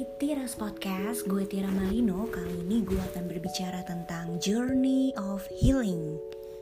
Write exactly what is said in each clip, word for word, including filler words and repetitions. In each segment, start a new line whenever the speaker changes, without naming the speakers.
Hai Tiras Podcast, gue Tira Malino. Kali ini gue akan berbicara tentang Journey of Healing.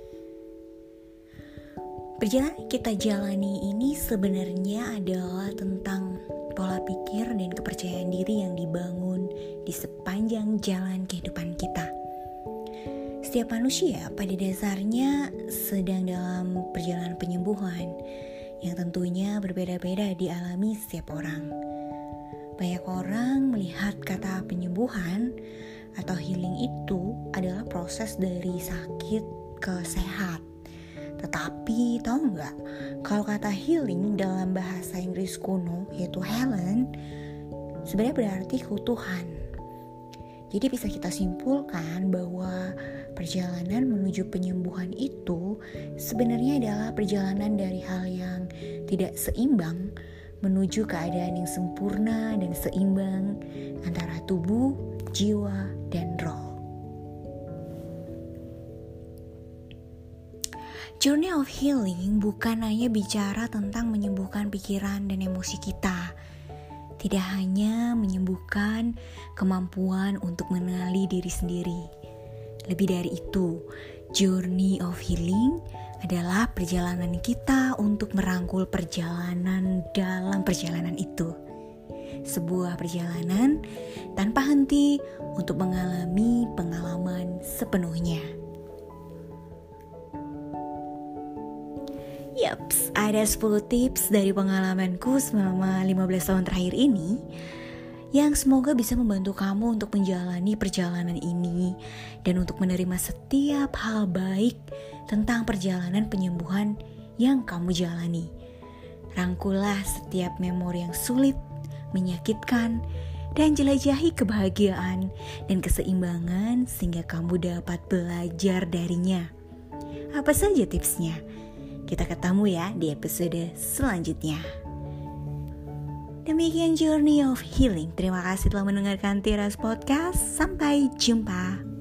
Perjalanan kita jalani ini sebenarnya adalah tentang pola pikir dan kepercayaan diri yang dibangun di sepanjang jalan kehidupan kita. Setiap manusia pada dasarnya sedang dalam perjalanan penyembuhan yang tentunya berbeda-beda dialami setiap orang. Banyak orang melihat kata penyembuhan atau healing itu adalah proses dari sakit ke sehat. Tetapi tahu nggak, kalau kata healing dalam bahasa Inggris kuno yaitu Helen, sebenarnya berarti keutuhan. Jadi bisa kita simpulkan bahwa perjalanan menuju penyembuhan itu sebenarnya adalah perjalanan dari hal yang tidak seimbang menuju keadaan yang sempurna dan seimbang antara tubuh, jiwa, dan roh. Journey of Healing bukan hanya bicara tentang menyembuhkan pikiran dan emosi kita. Tidak hanya menyembuhkan kemampuan untuk mengenali diri sendiri. Lebih dari itu, Journey of Healing adalah perjalanan kita untuk merangkul perjalanan dalam perjalanan itu. Sebuah perjalanan tanpa henti untuk mengalami pengalaman sepenuhnya. Yaps, ada sepuluh tips dari pengalamanku selama lima belas tahun terakhir ini yang semoga bisa membantu kamu untuk menjalani perjalanan ini dan untuk menerima setiap hal baik tentang perjalanan penyembuhan yang kamu jalani. Rangkullah setiap memori yang sulit, menyakitkan, dan jelajahi kebahagiaan dan keseimbangan sehingga kamu dapat belajar darinya. Apa saja tipsnya? Kita ketemu ya di episode selanjutnya. Demikian Journey of Healing. Terima kasih telah mendengarkan Tiras Podcast. Sampai jumpa.